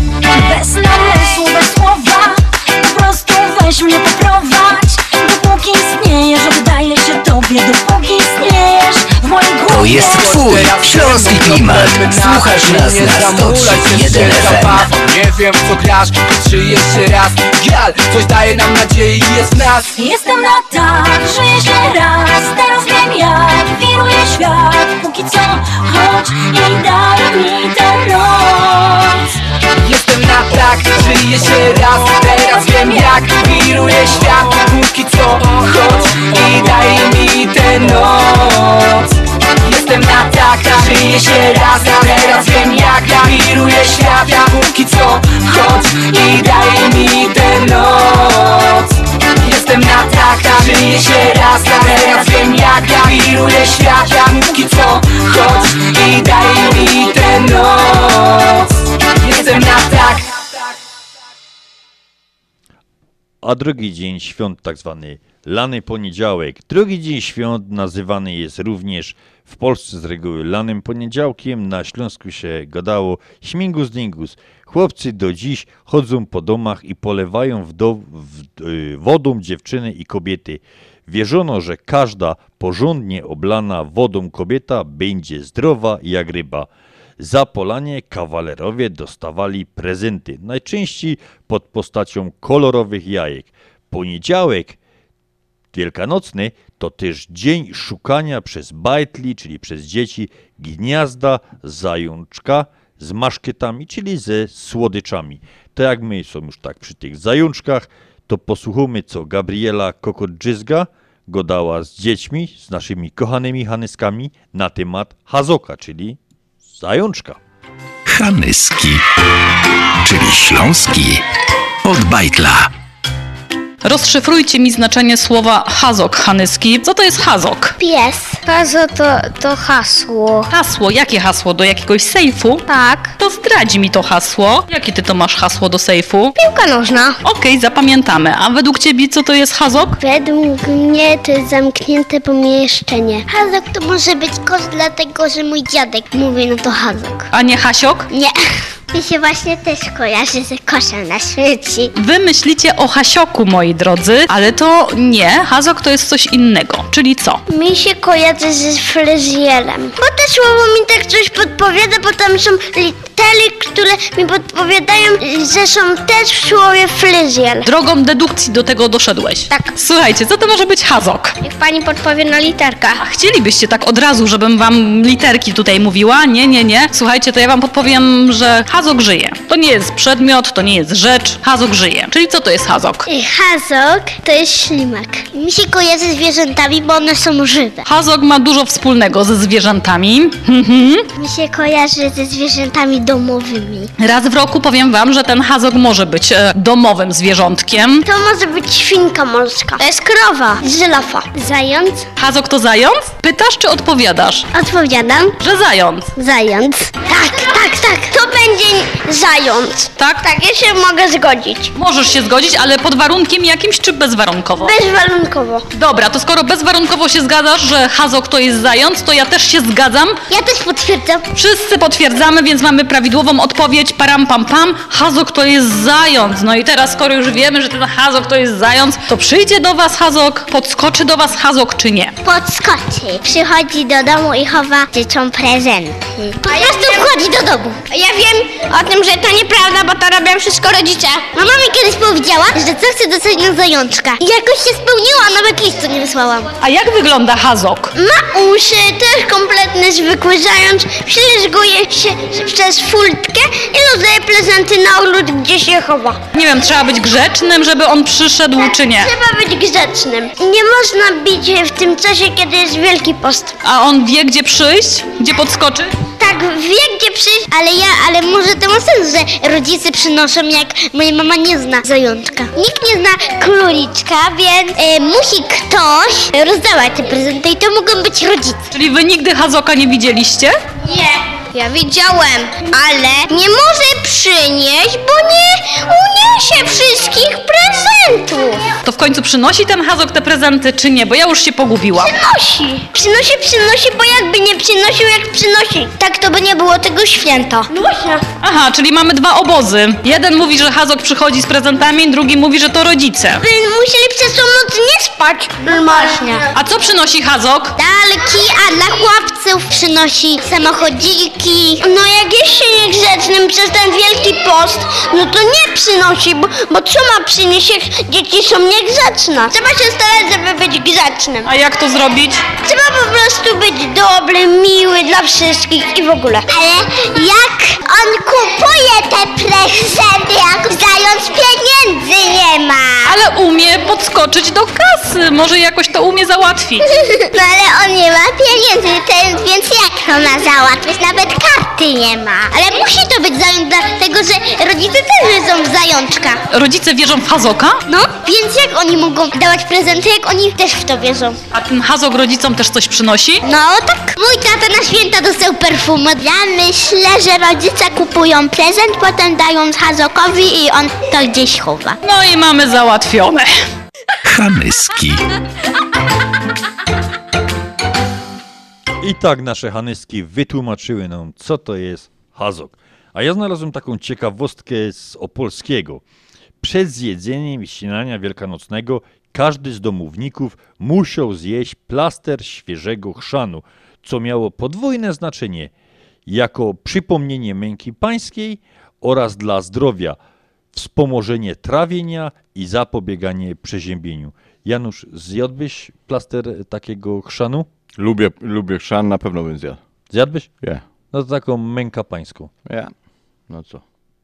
Weź mnie poprowadź, dopóki jest twój Śląski Klimat. Słuchasz nas na sto trzy i jeden F M. Nie wiem w co grasz, czy jeszcze raz Gial, coś daje nam nadzieję i jest nas. Jestem na tak, żyję się raz. Teraz wiem jak wiruje świat. Póki co chodź i daj mi tę noc. Jestem na tak, żyję się raz. Teraz wiem jak wiruje świat. Póki co chodź i daj mi tę noc. Jestem na tak, żyję się raz. Teraz wiem jak wiruje świat. Póki co chodź i daj mi tę noc. Jestem na tak, żyję się raz. Teraz wiem jak wiruje świat. Póki co chodź i daj mi tę noc. Jestem na tak. A drugi dzień świąt, tak zwany lany poniedziałek. Drugi dzień świąt nazywany jest również w Polsce z reguły lanym poniedziałkiem. Na Śląsku się gadało śmigus dingus. Chłopcy do dziś chodzą po domach i polewają w do, w, y, wodą dziewczyny i kobiety. Wierzono, że każda porządnie oblana wodą kobieta będzie zdrowa jak ryba. Za polanie kawalerowie dostawali prezenty, najczęściej pod postacią kolorowych jajek. Poniedziałek wielkanocny to też dzień szukania przez bajtli, czyli przez dzieci, gniazda zajączka z maszkietami, czyli ze słodyczami. To jak my są już tak przy tych zajączkach, to posłuchamy, co Gabriela Kokodżyzga gadała z dziećmi, z naszymi kochanymi Hanyskami na temat hazoka, czyli zajączka. Hanyski, czyli śląski od bajtla. Rozszyfrujcie mi znaczenie słowa hazok hanyski. Co to jest hazok? Pies. Hazo to, to hasło. Hasło? Jakie hasło? Do jakiegoś sejfu? Tak. To zdradź mi to hasło. Jakie ty to masz hasło do sejfu? Piłka nożna. Okej, okay, zapamiętamy. A według ciebie co to jest hazok? Według mnie to jest zamknięte pomieszczenie. Hazok to może być kosz, dlatego że mój dziadek mówi no to hazok. A nie hasiok? Nie. Mi się właśnie też kojarzy ze koszem na śmieci. Wy myślicie o hasioku, moi drodzy, ale to nie. Hazok to jest coś innego. Czyli co? Mi się kojarzy ze fryzjerem. Bo te słowo mi tak coś podpowiada, bo tam są litery, które mi podpowiadają, że są też w słowie fryzjer. Drogą dedukcji do tego doszedłeś. Tak. Słuchajcie, co to może być hazok? Niech pani podpowie na literkach. A chcielibyście tak od razu, żebym wam literki tutaj mówiła? Nie, nie, nie. Słuchajcie, to ja wam podpowiem, że hazok żyje. To nie jest przedmiot, to nie jest rzecz. Hazok żyje. Czyli co to jest hazok? Hazok to jest ślimak. Mi się kojarzy z zwierzętami, bo one są żywe. Hazok ma dużo wspólnego ze zwierzętami. Mi się kojarzy ze zwierzętami domowymi. Raz w roku powiem wam, że ten hazok może być e, domowym zwierzątkiem. To może być świnka morska. To jest krowa, żyrafa, zając. Hazok to zając? Pytasz czy odpowiadasz? Odpowiadam. Że zając. Zając. Tak, tak, tak. To będzie zając. Tak? Tak, ja się mogę zgodzić. Możesz się zgodzić, ale pod warunkiem jakimś czy bezwarunkowo? Bezwarunkowo. Dobra, to skoro bezwarunkowo się zgadzasz, że hazok to jest zając, to ja też się zgadzam. Ja też potwierdzam. Wszyscy potwierdzamy, więc mamy prawidłową odpowiedź. Param pam pam. Hazok to jest zając. No i teraz, skoro już wiemy, że ten hazok to jest zając, to przyjdzie do was hazok, podskoczy do was hazok czy nie? Podskoczy. Przychodzi do domu i chowa dzieciom prezenty. Po prostu wchodzi do domu. Ja wiem o tym, że to nieprawda, bo to robią wszystko rodzice. Mama mi kiedyś powiedziała, że co chce dostać na zajączka. I jakoś się spełniło, a nawet listu nie wysłałam. A jak wygląda hazok? Ma uszy, też kompletny zwykły zając. Ślizguje się przez furtkę i rozdaje prezenty na ogród, gdzie się chowa. Nie wiem, trzeba być grzecznym, żeby on przyszedł, czy nie? Trzeba być grzecznym. Nie można bić w tym czasie, kiedy jest Wielki Post. A on wie, gdzie przyjść? Gdzie podskoczy? Tak, wie gdzie przyjść, ale ja, ale może to ma sens, że rodzice przynoszą, jak moja mama nie zna zajączka. Nikt nie zna króliczka, więc e, musi ktoś rozdawać te prezenty i to mogą być rodzice. Czyli wy nigdy hazoka nie widzieliście? Nie. Ja widziałem, ale nie może przynieść, bo nie uniesie wszystkich prezentów. To w końcu przynosi ten Hazok te prezenty, czy nie? Bo ja już się pogubiłam. Przynosi. Przynosi, przynosi, bo jakby nie przynosił, jak przynosi, tak to by nie było tego święta. No właśnie. Aha, czyli mamy dwa obozy. Jeden mówi, że Hazok przychodzi z prezentami, drugi mówi, że to rodzice. By musieli przez tą noc nie spać. Normalnie. A co przynosi Hazok? Lalki, a dla chłopców przynosi samochodziki. No jak jest się niegrzecznym przez ten wielki post, no to nie przynosi, bo, bo co ma przynieść, jak dzieci są niegrzeczne? Trzeba się starać, żeby być grzecznym. A jak to zrobić? Trzeba po prostu być dobry, miły dla wszystkich i w ogóle. Ale jak on kupuje te prezenty, jak zając pieniędzy nie ma? Ale umie podskoczyć do kasy, może jakoś to umie załatwić. No ale on nie ma pieniędzy, ten, więc jak to ma załatwić? Nawet karty nie ma. Ale musi to być zając, dlatego że rodzice też wierzą w zajączka. Rodzice wierzą w Hazoka? No, więc jak oni mogą dawać prezenty, jak oni też w to wierzą? A ten Hazok rodzicom też coś przynosi? No tak. Mój tata na święta dostał perfumy. Ja myślę, że rodzice kupują prezent, potem dają Hazokowi i on to gdzieś chowa. No i mamy załatwione. Hanyski. I tak nasze Hanyski wytłumaczyły nam, co to jest Hazok. A ja znalazłem taką ciekawostkę z Opolskiego. Przed zjedzeniem śniadania wielkanocnego każdy z domowników musiał zjeść plaster świeżego chrzanu, co miało podwójne znaczenie jako przypomnienie męki pańskiej oraz dla zdrowia, wspomożenie trawienia i zapobieganie przeziębieniu. Janusz, zjadłbyś plaster takiego chrzanu? Lubię, lubię chrzan, na pewno bym zjadł. Zjadłbyś? Nie. Yeah. No to taką mękę pańską. Ja. Yeah. No co?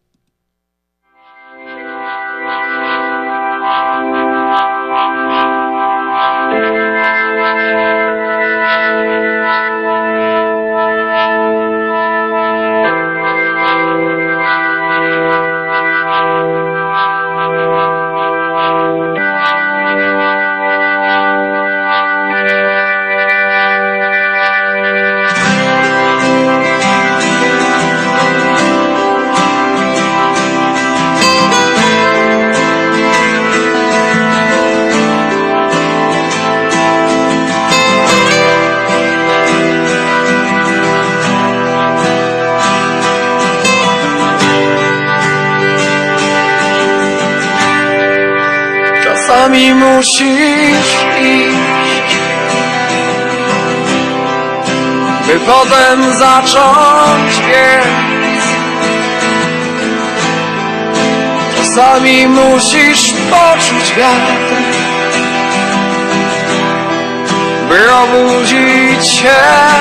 Czasami musisz iść, by potem zacząć biec. Czasami musisz poczuć wiatr, by obudzić się.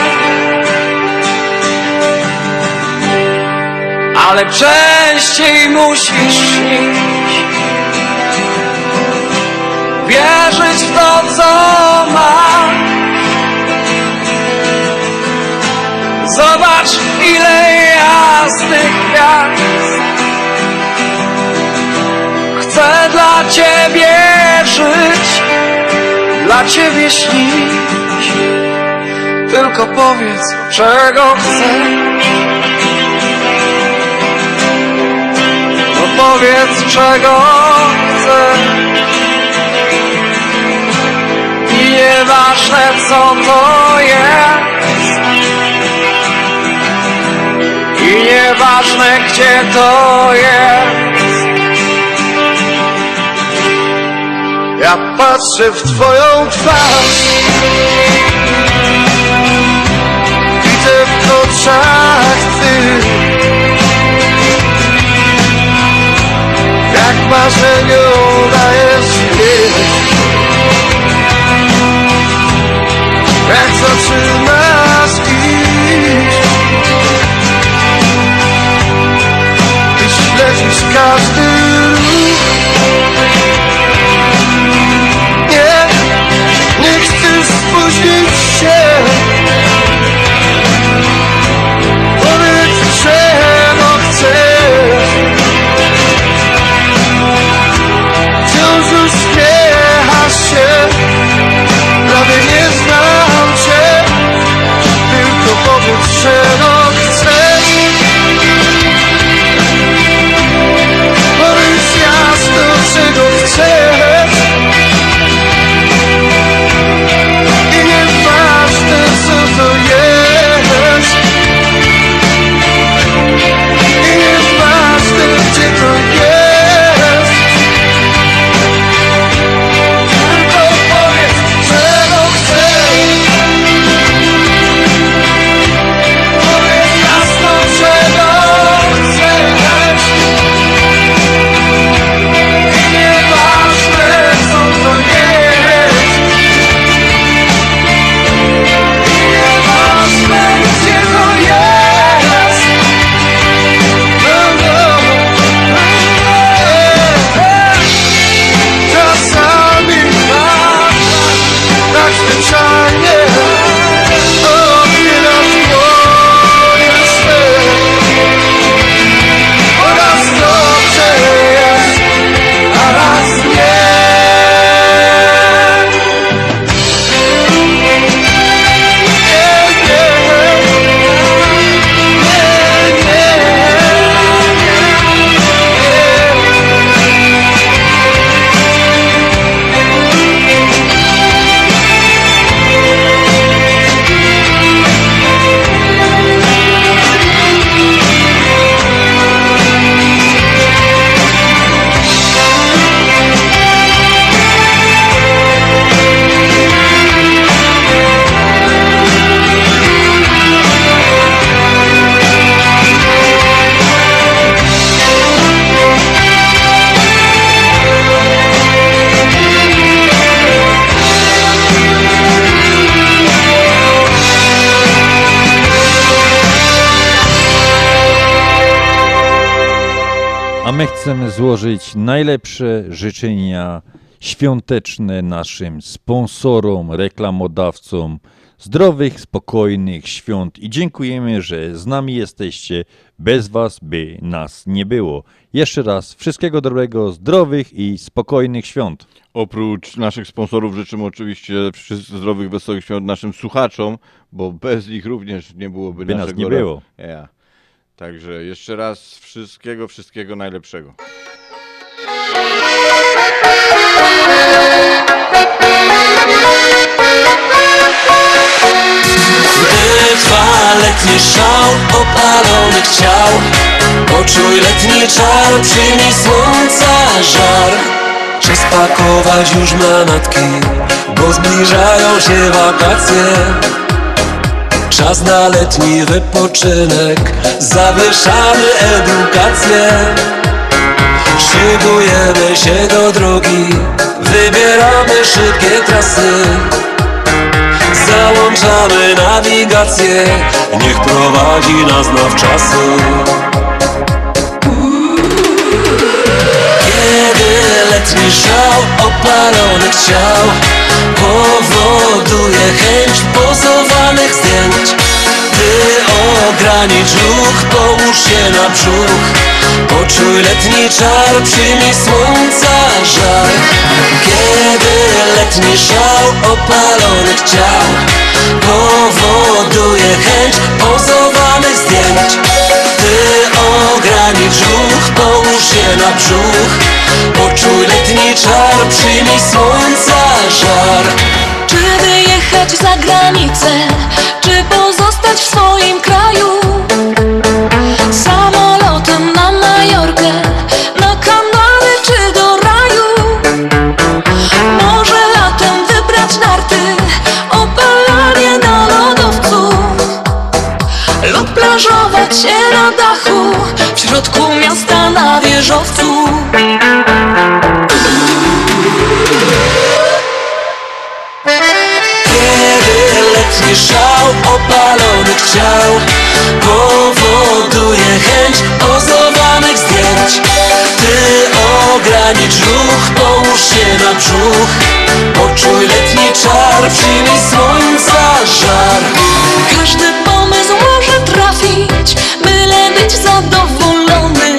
Ale częściej musisz śnić, wierzyć w to, co masz. Zobacz, ile jasnych gwiazd. Chcę dla ciebie żyć, dla ciebie śnić. Tylko powiedz, czego chcesz. No powiedz, czego chcesz. I nieważne, co to jest, i nieważne, gdzie to jest. Ja patrzę w twoją twarz, widzę w oczach ty, jak marzeniom dajesz wieść. Jak zaczynasz iść i śledzisz każdy ruch. Nie, nie chcesz spóźnić się. Powiedz, czego chcesz. A my chcemy złożyć najlepsze życzenia świąteczne naszym sponsorom, reklamodawcom, zdrowych, spokojnych świąt i dziękujemy, że z nami jesteście. Bez was by nas nie było. Jeszcze raz wszystkiego dobrego, zdrowych i spokojnych świąt. Oprócz naszych sponsorów życzymy oczywiście zdrowych, wesołych świąt naszym słuchaczom, bo bez nich również nie byłoby by naszego nas nie było. Yeah. Także jeszcze raz wszystkiego, wszystkiego najlepszego. Gdy trwa letni szał opalonych ciał, poczuj letni czar, przyjmij słońca żar. Czas pakować już manatki, bo zbliżają się wakacje. Czas na letni wypoczynek, zawieszamy edukację. Szykujemy się do drogi, wybieramy szybkie trasy. Załączamy nawigację, niech prowadzi nas nawczasy. Kiedy letni szał opalonych ciał powoduje chęć pozowanych zdjęć, ty ogranicz ruch, połóż się na brzuch. Poczuj letni czar, przyjmij słońca żar. Kiedy letni szał opalonych ciał powoduje chęć pozowanych zdjęć, ty ogranicz ruch, połóż się na brzuch. Poczuj letni czar, przyjmij słońca żar. Czy wyjechać za granicę, czy pozostać w swoim kraju? Samolotem na Majorkę, na Kanary czy do raju? Może latem wybrać narty, opalanie na lodowcu, lub plażować się na dachu, w środku miasta na wieżowcu. Letni szał opalonych ciał powoduje chęć pozowanych zdjęć, ty ogranicz ruch, połóż się na brzuch. Poczuj letni czar, przyjmij słońca żar. Każdy pomysł może trafić, byle być zadowolony,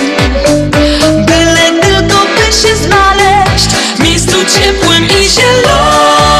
byle tylko by się znaleźć w miejscu ciepłym i zielonym.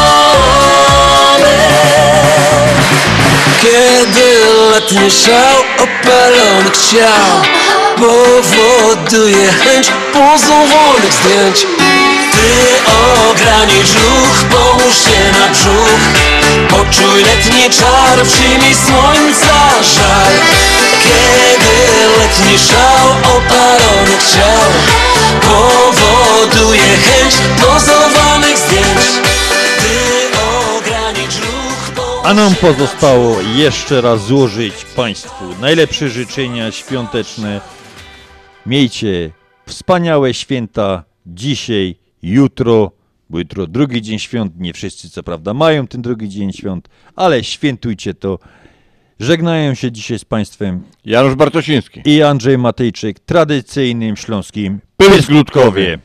Kiedy letni szał opalonych ciał powoduje chęć pozowanych zdjęć, ty ogranicz ruch, połóż się na brzuch. Poczuj letni czar, przyjmij słońca żar. Kiedy letni szał opalonych ciał powoduje chęć pozowanych zdjęć, ty ogranicz ruch. A nam pozostało jeszcze raz złożyć Państwu najlepsze życzenia świąteczne. Miejcie wspaniałe święta dzisiaj, jutro, bo jutro drugi dzień świąt. Nie wszyscy co prawda mają ten drugi dzień świąt, ale świętujcie to. Żegnają się dzisiaj z Państwem Janusz Bartosiński i Andrzej Matejczyk, tradycyjnym śląskim Pysk Ludkowie.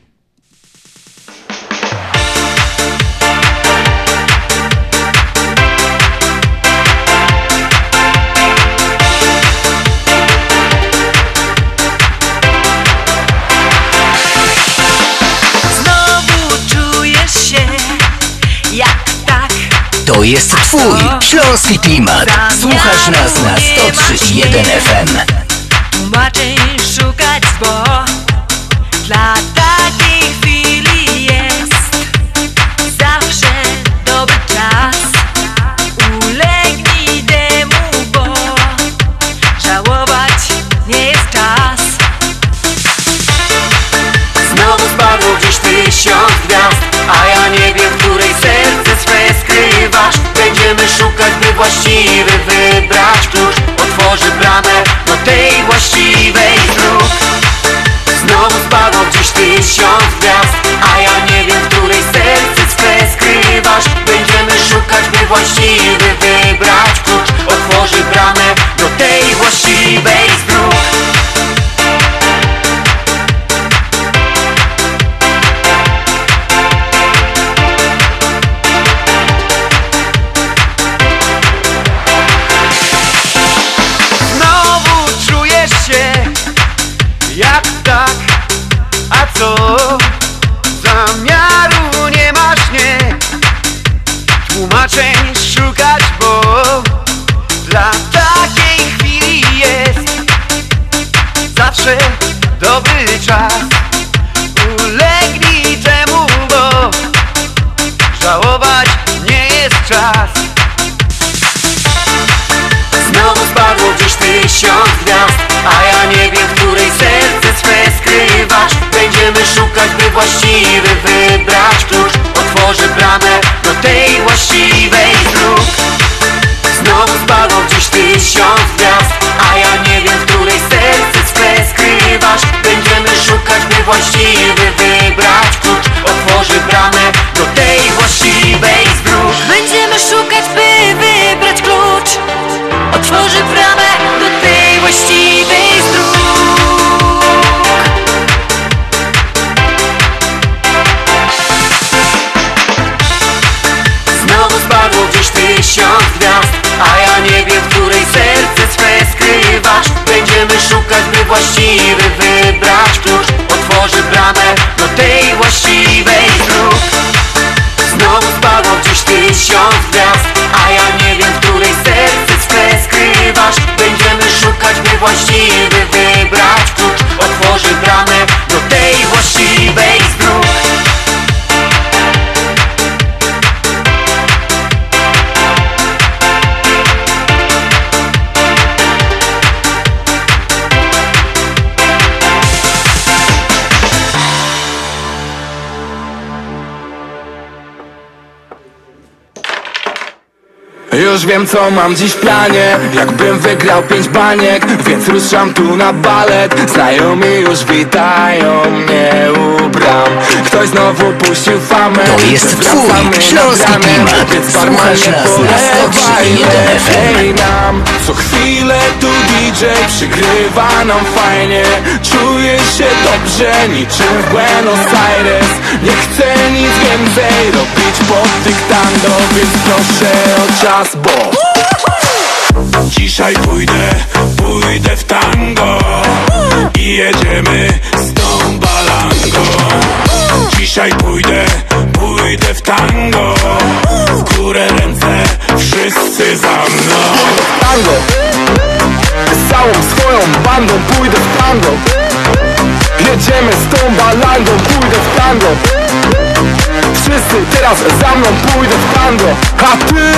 To jest twój śląski klimat. Słuchasz nas na sto trzy i jeden F M. Tłumaczeń szukać, bo dla takiej chwili jest zawsze dobry czas. Ulegnij temu, bo żałować nie jest czas. Znowu spadło gdzieś tysiąc gwiazd, a ja nie wiem, w której serce swe skrywasz. Będziemy szukać, by właściwy wybrać klucz. Otworzy bramę do tej właściwej dróg. Znowu spadło gdzieś tysiąc gwiazd, a ja nie wiem, w której serce swe skrywasz. Będziemy szukać, by właściwy wybrać klucz. Otworzy bramę do tej właściwej dróg. Jak tak, a co? Zamiaru nie masz, nie. Tłumaczeń szukać, bo dla takiej chwili jest zawsze dobry czas. Ulegnij temu, bo żałować nie jest czas. Znowu spadło gdzieś tysiąc gwiazd, a ja nie wiem, w której serce swe skrywasz. Będziemy szukać, by właściwy wybrać klucz. Otworzy bramę do tej właściwej z dróg. Znowu spadło gdzieś tysiąc gwiazd, a ja nie wiem, w której serce swe skrywasz. Będziemy szukać, by właściwy wybrać klucz. Otworzy bramę do tej właściwej z dróg. Będziemy szukać, by wybrać klucz. Otworzy bramę do tej właściwej z dróg. Znowu spadło gdzieś tysiąc gwiazd, a ja nie wiem, w której serce swe skrywasz. Będziemy szukać, by właściwy wybrać klucz. Otworzy bramę do tej właściwej z dróg. Znowu spadło gdzieś tysiąc gwiazd, a ja nie wiem, w której serce swe skrywasz. Będziemy szukać, by właściwy wybrać klucz. Otworzy bramę do tej właściwej z dróg. Już wiem, co mam dziś w planie. Jakbym wygrał pięć baniek, więc ruszam tu na balet. Znajomi już witają mnie u bram. Ktoś znowu puścił famę. To jest twój śląski klimat. Słuchasz nas na sto trzy i jeden F M. nam. Co chwilę tu D J przygrywa nam fajnie. Czuję się dobrze, niczym w Buenos Aires. Nie chcę nic więcej robić pod dyktando, więc proszę o czas, bo dzisiaj pójdę, pójdę w tango i jedziemy z tą balangą. Dzisiaj pójdę, pójdę w tango, w górę ręce, wszyscy za mną. Pójdę w tango, z całą swoją bandą pójdę w tango. Jedziemy z tą balangą, pójdę w tango. Wszyscy teraz za mną pójdę w tango. A ty?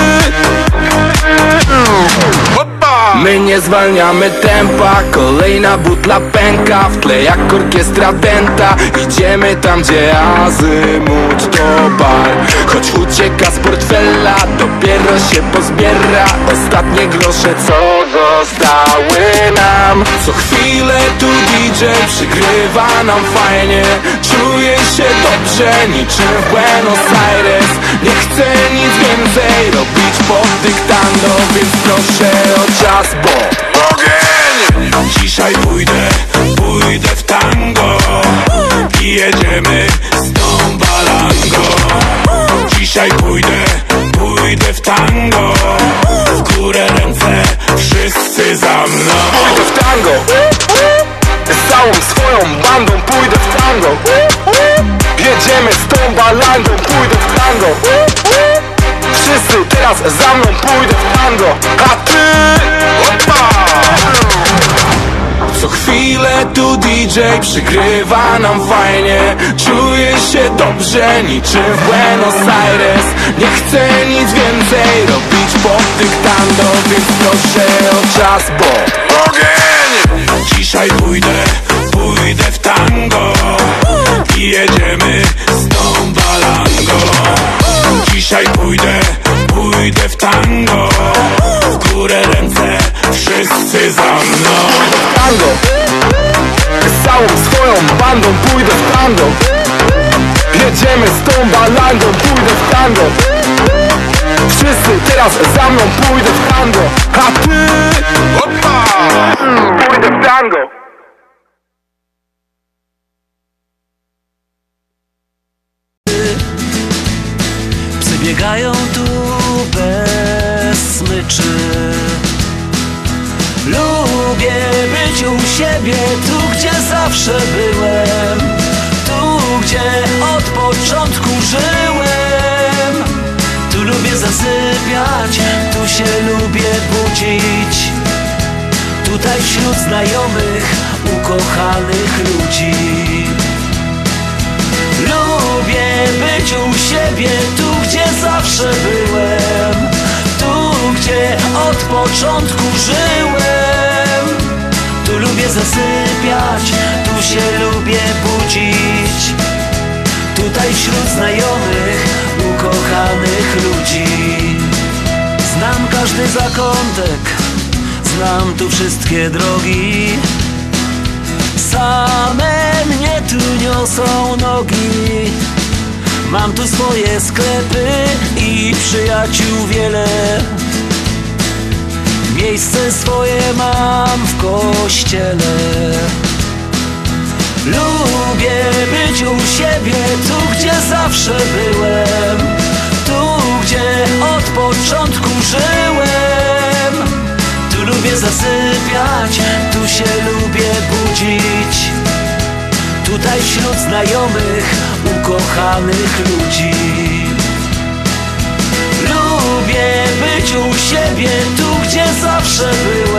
My nie zwalniamy tempa, kolejna butla pęka. W tle jak orkiestra dęta. Idziemy tam, gdzie azymut to bar. Choć ucieka z portfela, dopiero się pozbiera ostatnie grosze, co zostały nam. Co chwilę tu D J przygrywa nam fajnie. Czuję się dobrze, niczym w Buenos Aires. Nie chcę nic więcej robić pod dyktando, więc proszę o czas, bo ogień! Dzisiaj pójdę, pójdę w tango i jedziemy z tą balangą. Dzisiaj pójdę, pójdę w tango, w górę ręce, wszyscy za mną. Pójdę w tango, z całą swoją bandą pójdę w tango. Jedziemy z tą balangą, pójdę w tango. Wszyscy teraz za mną pójdę w tango. A ty? Opa! Co chwilę tu D J przygrywa nam fajnie. Czuję się dobrze, niczym w Buenos Aires. Nie chcę nic więcej robić pod dyktando, więc proszę o czas, bo ogień! Dzisiaj pójdę, pójdę w tango i jedziemy z tą balangą. Dzisiaj pójdę, pójdę w tango, w górę ręce, wszyscy za mną. Pójdę w tango, z całą swoją bandą pójdę w tango. Jedziemy z tą balangą, pójdę w tango. Wszyscy teraz za mną pójdę w tango. A ty? Opa! Pójdę w tango. Przebiegają tu bez smyczy. Lubię być u siebie, tu gdzie zawsze byłem, tu gdzie od początku żyłem. Tu lubię zasypiać, tu się lubię budzić. Tutaj wśród znajomych, ukochanych ludzi. Lubię być u siebie, tu gdzie zawsze byłem, tu gdzie od początku żyłem. Tu lubię zasypiać, tu się lubię budzić. Tutaj wśród znajomych, ukochanych ludzi. Znam każdy zakątek, znam tu wszystkie drogi. Same mnie tu niosą nogi. Mam tu swoje sklepy i przyjaciół wiele. Miejsce swoje mam w kościele. Lubię być u siebie, tu gdzie zawsze byłem, tu gdzie od początku żyłem. Tu lubię zasypiać, tu się lubię budzić. Tutaj wśród znajomych, ukochanych ludzi. Lubię być u siebie, tu gdzie zawsze byłem.